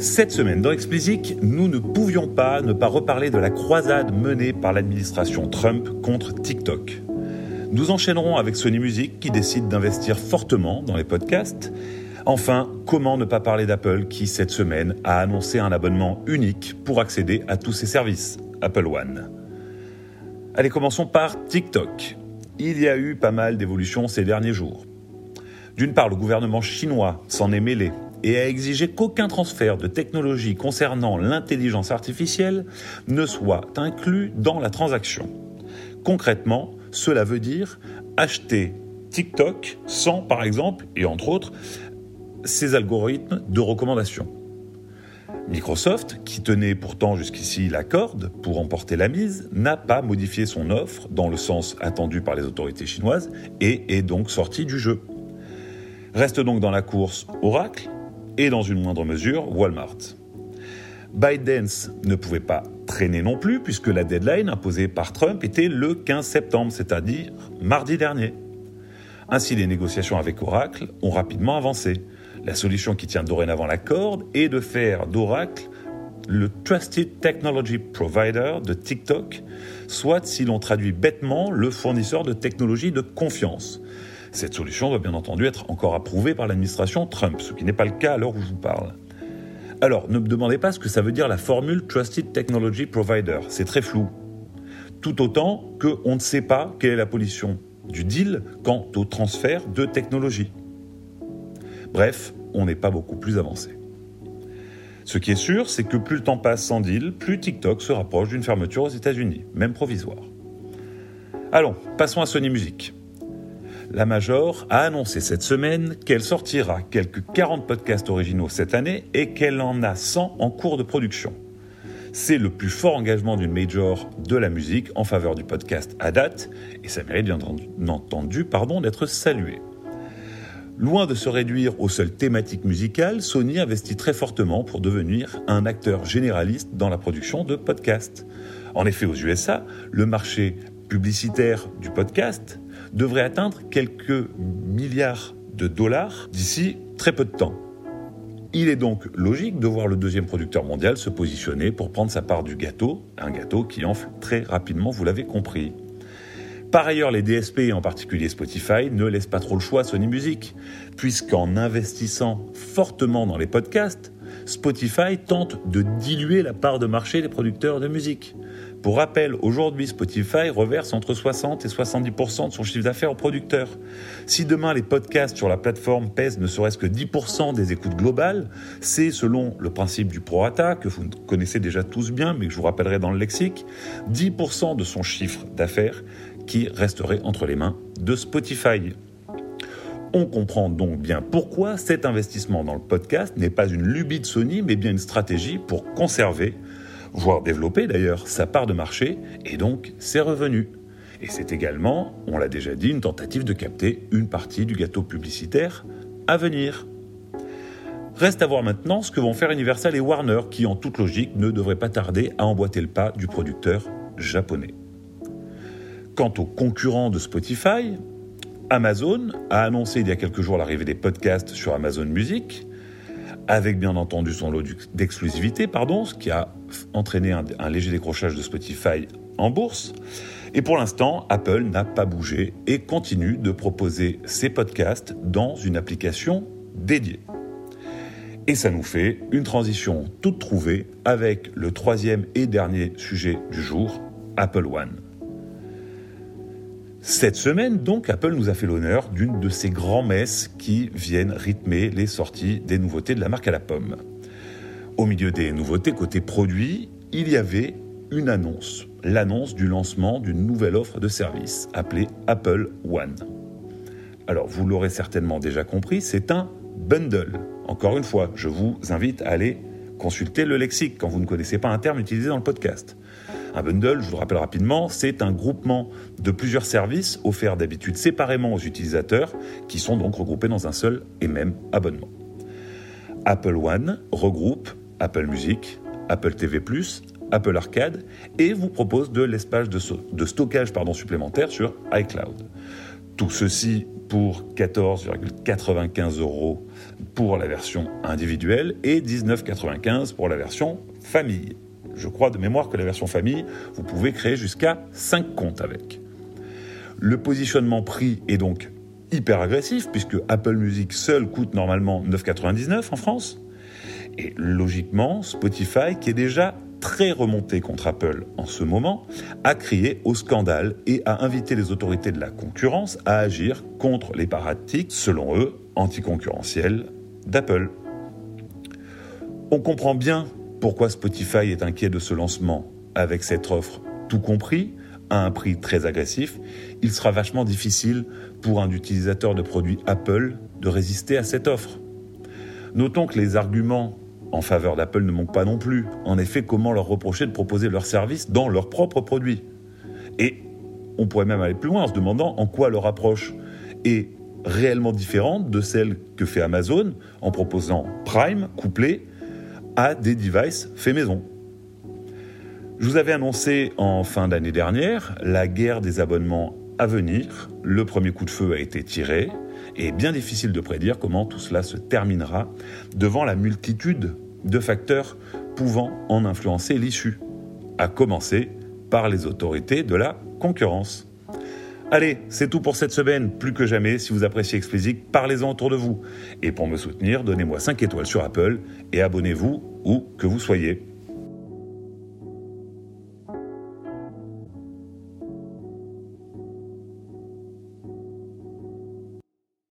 Cette semaine, dans Explicit, nous ne pouvions pas ne pas reparler de la croisade menée par l'administration Trump contre TikTok. Nous enchaînerons avec Sony Music qui décide d'investir fortement dans les podcasts. Enfin, comment ne pas parler d'Apple qui, cette semaine, a annoncé un abonnement unique pour accéder à tous ses services, Apple One. Allez, commençons par TikTok. Il y a eu pas mal d'évolutions ces derniers jours. D'une part, le gouvernement chinois s'en est mêlé et a exigé qu'aucun transfert de technologie concernant l'intelligence artificielle ne soit inclus dans la transaction. Concrètement, cela veut dire acheter TikTok sans, par exemple, et entre autres, ses algorithmes de recommandation. Microsoft, qui tenait pourtant jusqu'ici la corde pour emporter la mise, n'a pas modifié son offre dans le sens attendu par les autorités chinoises et est donc sorti du jeu. Reste donc dans la course Oracle et dans une moindre mesure Walmart. ByteDance ne pouvait pas traîner non plus puisque la deadline imposée par Trump était le 15 septembre, c'est-à-dire mardi dernier. Ainsi, les négociations avec Oracle ont rapidement avancé. La solution qui tient dorénavant la corde est de faire d'Oracle le Trusted Technology Provider de TikTok, soit, si l'on traduit bêtement, le fournisseur de technologie de confiance. Cette solution doit bien entendu être encore approuvée par l'administration Trump, ce qui n'est pas le cas à l'heure où je vous parle. Alors, ne me demandez pas ce que ça veut dire la formule Trusted Technology Provider, c'est très flou. Tout autant qu'on ne sait pas quelle est la position du deal quant au transfert de technologie. Bref, on n'est pas beaucoup plus avancé. Ce qui est sûr, c'est que plus le temps passe sans deal, plus TikTok se rapproche d'une fermeture aux États-Unis, même provisoire. Allons, passons à Sony Music. La Major a annoncé cette semaine qu'elle sortira quelques 40 podcasts originaux cette année et qu'elle en a 100 en cours de production. C'est le plus fort engagement d'une major de la musique en faveur du podcast à date, et ça mérite bien entendu d'être salué. Loin de se réduire aux seules thématiques musicales, Sony investit très fortement pour devenir un acteur généraliste dans la production de podcasts. En effet, aux USA, le marché publicitaire du podcast devrait atteindre quelques milliards de dollars d'ici très peu de temps. Il est donc logique de voir le deuxième producteur mondial se positionner pour prendre sa part du gâteau, un gâteau qui enfle très rapidement, vous l'avez compris. Par ailleurs, les DSP, et en particulier Spotify, ne laissent pas trop le choix à Sony Music, puisqu'en investissant fortement dans les podcasts, Spotify tente de diluer la part de marché des producteurs de musique. Pour rappel, aujourd'hui, Spotify reverse entre 60 et 70% de son chiffre d'affaires aux producteurs. Si demain les podcasts sur la plateforme pèsent ne serait-ce que 10% des écoutes globales, c'est selon le principe du prorata, que vous connaissez déjà tous bien, mais que je vous rappellerai dans le lexique, 10% de son chiffre d'affaires qui resterait entre les mains de Spotify. On comprend donc bien pourquoi cet investissement dans le podcast n'est pas une lubie de Sony, mais bien une stratégie pour conserver, voire développer d'ailleurs, sa part de marché et donc ses revenus. Et c'est également, on l'a déjà dit, une tentative de capter une partie du gâteau publicitaire à venir. Reste à voir maintenant ce que vont faire Universal et Warner, qui en toute logique ne devraient pas tarder à emboîter le pas du producteur japonais. Quant aux concurrents de Spotify, Amazon a annoncé il y a quelques jours l'arrivée des podcasts sur Amazon Music, avec bien entendu son lot d'exclusivité, ce qui a entraîné un léger décrochage de Spotify en bourse. Et pour l'instant, Apple n'a pas bougé et continue de proposer ses podcasts dans une application dédiée. Et ça nous fait une transition toute trouvée avec le troisième et dernier sujet du jour, Apple One. Cette semaine, donc, Apple nous a fait l'honneur d'une de ces grands-messes qui viennent rythmer les sorties des nouveautés de la marque à la pomme. Au milieu des nouveautés côté produit, il y avait une annonce, l'annonce du lancement d'une nouvelle offre de service appelée Apple One. Alors, vous l'aurez certainement déjà compris, c'est un bundle. Encore une fois, je vous invite à aller consulter le lexique quand vous ne connaissez pas un terme utilisé dans le podcast. Un bundle, je vous le rappelle rapidement, c'est un groupement de plusieurs services offerts d'habitude séparément aux utilisateurs qui sont donc regroupés dans un seul et même abonnement. Apple One regroupe Apple Music, Apple TV+, Apple Arcade et vous propose de l'espace de stockage supplémentaire sur iCloud. Tout ceci pour 14,95 € pour la version individuelle et 19,95 € pour la version famille. Je crois de mémoire que la version famille, vous pouvez créer jusqu'à 5 comptes avec. Le positionnement prix est donc hyper agressif puisque Apple Music seul coûte normalement 9,99 € en France. Et logiquement, Spotify, qui est déjà très remonté contre Apple en ce moment, a crié au scandale et a invité les autorités de la concurrence à agir contre les pratiques, selon eux, anticoncurrentielles d'Apple. On comprend bien pourquoi Spotify est inquiet de ce lancement. Avec cette offre tout compris, à un prix très agressif, il sera vachement difficile pour un utilisateur de produits Apple de résister à cette offre. Notons que les arguments en faveur d'Apple ne manquent pas non plus. En effet, comment leur reprocher de proposer leurs services dans leurs propres produits ? Et on pourrait même aller plus loin en se demandant en quoi leur approche est réellement différente de celle que fait Amazon en proposant Prime couplé à des devices faits maison. Je vous avais annoncé en fin d'année dernière la guerre des abonnements à venir. Le premier coup de feu a été tiré et bien difficile de prédire comment tout cela se terminera devant la multitude de facteurs pouvant en influencer l'issue, à commencer par les autorités de la concurrence. Allez, c'est tout pour cette semaine. Plus que jamais, si vous appréciez Explicit, parlez-en autour de vous. Et pour me soutenir, donnez-moi 5 étoiles sur Apple et abonnez-vous où que vous soyez.